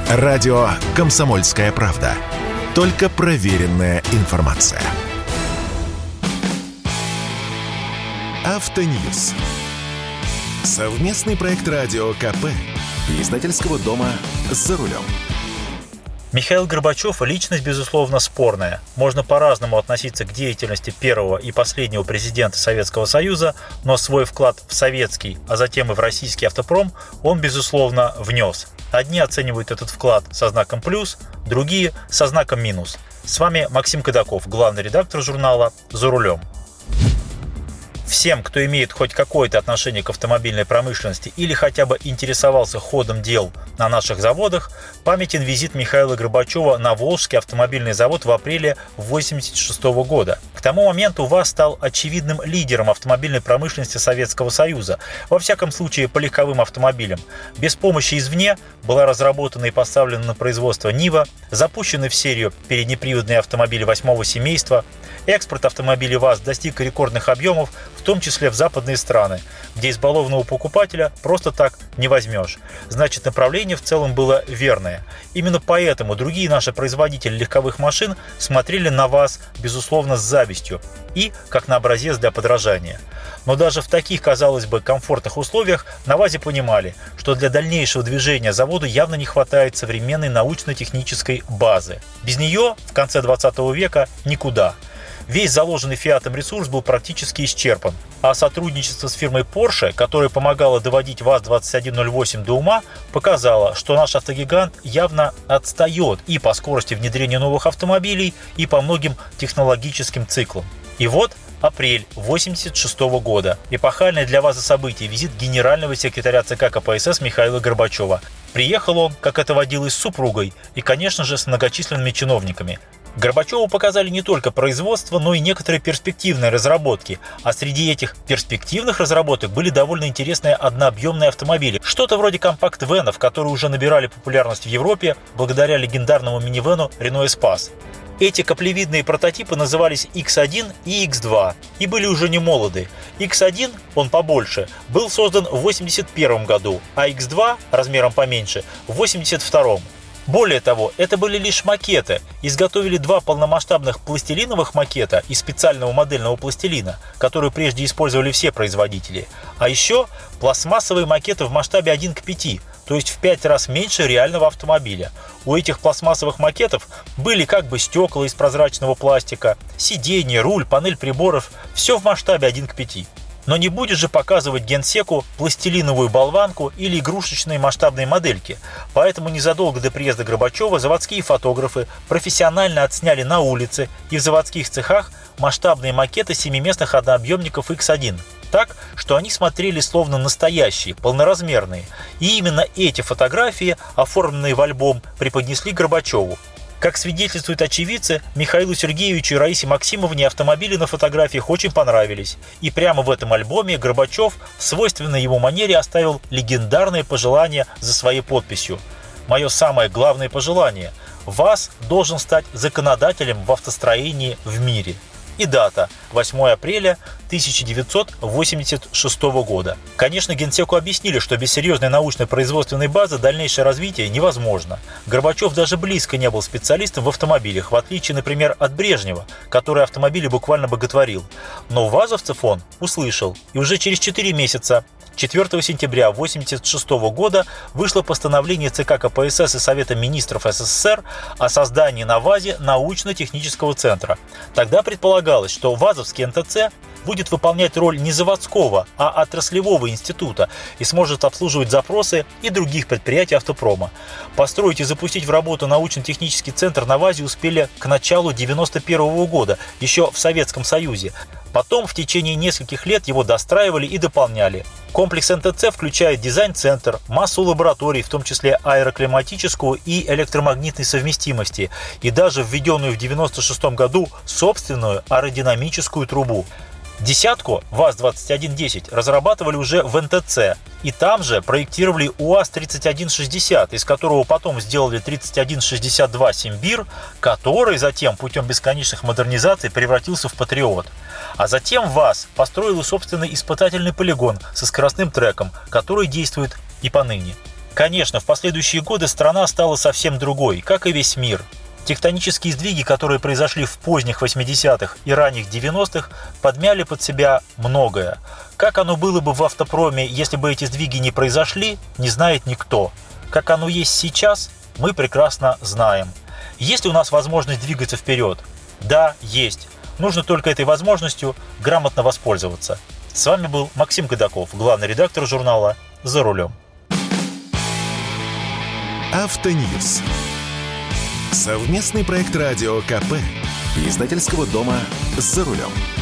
Радио «Комсомольская правда». Только проверенная информация. Автоньюз. Совместный проект Радио КП и издательского дома «За рулем». Михаил Горбачев – личность, безусловно, спорная. Можно по-разному относиться к деятельности первого и последнего президента Советского Союза, но свой вклад в советский, а затем и в российский автопром он, безусловно, внес. Одни оценивают этот вклад со знаком плюс, другие – со знаком минус. С вами Максим Кадаков, главный редактор журнала «За рулем». Всем, кто имеет хоть какое-то отношение к автомобильной промышленности или хотя бы интересовался ходом дел на наших заводах, памятен визит Михаила Горбачева на Волжский автомобильный завод в апреле 1986 года. К тому моменту ВАЗ стал очевидным лидером автомобильной промышленности Советского Союза, во всяком случае по легковым автомобилям. Без помощи извне была разработана и поставлена на производство Нива, запущены в серию переднеприводные автомобили 8-го семейства. Экспорт автомобилей ВАЗ достиг рекордных объемов, в том числе в западные страны, где избалованного покупателя просто так не возьмешь. Значит, направление в целом было верное. Именно поэтому другие наши производители легковых машин смотрели на ВАЗ, безусловно, с завистью и как на образец для подражания. Но даже в таких, казалось бы, комфортных условиях на ВАЗе понимали, что для дальнейшего движения заводу явно не хватает современной научно-технической базы. Без нее в конце 20 века никуда. Весь заложенный «Фиатом» ресурс был практически исчерпан, а сотрудничество с фирмой Porsche, которая помогала доводить ВАЗ-2108 до ума, показало, что наш автогигант явно отстает и по скорости внедрения новых автомобилей, и по многим технологическим циклам. И вот апрель 1986 года. Эпохальное для ВАЗа событие – визит генерального секретаря ЦК КПСС Михаила Горбачева. Приехал он, как это водилось, с супругой и, конечно же, с многочисленными чиновниками. Горбачеву показали не только производство, но и некоторые перспективные разработки. А среди этих перспективных разработок были довольно интересные однообъемные автомобили. Что-то вроде компакт-венов, которые уже набирали популярность в Европе благодаря легендарному минивену Renault Espace. Эти каплевидные прототипы назывались X1 и X2 и были уже не молоды. X1, он побольше, был создан в 1981 году, а X2, размером поменьше, в 1982. Более того, это были лишь макеты. Изготовили два полномасштабных пластилиновых макета и специального модельного пластилина, которые прежде использовали все производители. А еще пластмассовые макеты в масштабе 1:5, то есть в 5 раз меньше реального автомобиля. У этих пластмассовых макетов были как бы стекла из прозрачного пластика, сиденье, руль, панель приборов – все в масштабе 1:5. Но не будет же показывать генсеку пластилиновую болванку или игрушечные масштабные модельки. Поэтому незадолго до приезда Горбачева заводские фотографы профессионально отсняли на улице и в заводских цехах масштабные макеты семиместных однообъемников X1. Так, что они смотрели словно настоящие, полноразмерные. И именно эти фотографии, оформленные в альбом, преподнесли Горбачеву. Как свидетельствуют очевидцы, Михаилу Сергеевичу и Раисе Максимовне автомобили на фотографиях очень понравились. И прямо в этом альбоме Горбачев в свойственной ему манере оставил легендарное пожелание за своей подписью. «Мое самое главное пожелание – ВАЗ должен стать законодателем в автостроении в мире». И дата – 8 апреля 1986 года. Конечно, генсеку объяснили, что без серьезной научной производственной базы дальнейшее развитие невозможно. Горбачев даже близко не был специалистом в автомобилях, в отличие, например, от Брежнева, который автомобили буквально боготворил. Но вазовцев он услышал. И уже через 4 месяца, 4 сентября 1986 года, вышло постановление ЦК КПСС и Совета министров СССР о создании на ВАЗе научно-технического центра. Тогда предполагалось, что ВАЗовский НТЦ будет выполнять роль не заводского, а отраслевого института и сможет обслуживать запросы и других предприятий автопрома. Построить и запустить в работу научно-технический центр на ВАЗе успели к началу 1991 года, еще в Советском Союзе. Потом в течение нескольких лет его достраивали и дополняли. Комплекс НТЦ включает дизайн-центр, массу лабораторий, в том числе аэроклиматическую и электромагнитной совместимости, и даже введенную в 1996 году собственную аэродинамическую трубу. Десятку ВАЗ-2110 разрабатывали уже в НТЦ, и там же проектировали УАЗ-3160, из которого потом сделали 3162 Симбир, который затем путем бесконечных модернизаций превратился в Патриот. А затем ВАЗ построил собственный испытательный полигон со скоростным треком, который действует и поныне. Конечно, в последующие годы страна стала совсем другой, как и весь мир. Тектонические сдвиги, которые произошли в поздних 80-х и ранних 90-х, подмяли под себя многое. Как оно было бы в автопроме, если бы эти сдвиги не произошли, не знает никто. Как оно есть сейчас, мы прекрасно знаем. Есть ли у нас возможность двигаться вперед? Да, есть. Нужно только этой возможностью грамотно воспользоваться. С вами был Максим Кадаков, главный редактор журнала «За рулем». Автоньюз. Совместный проект радио КП и издательского дома «За рулем».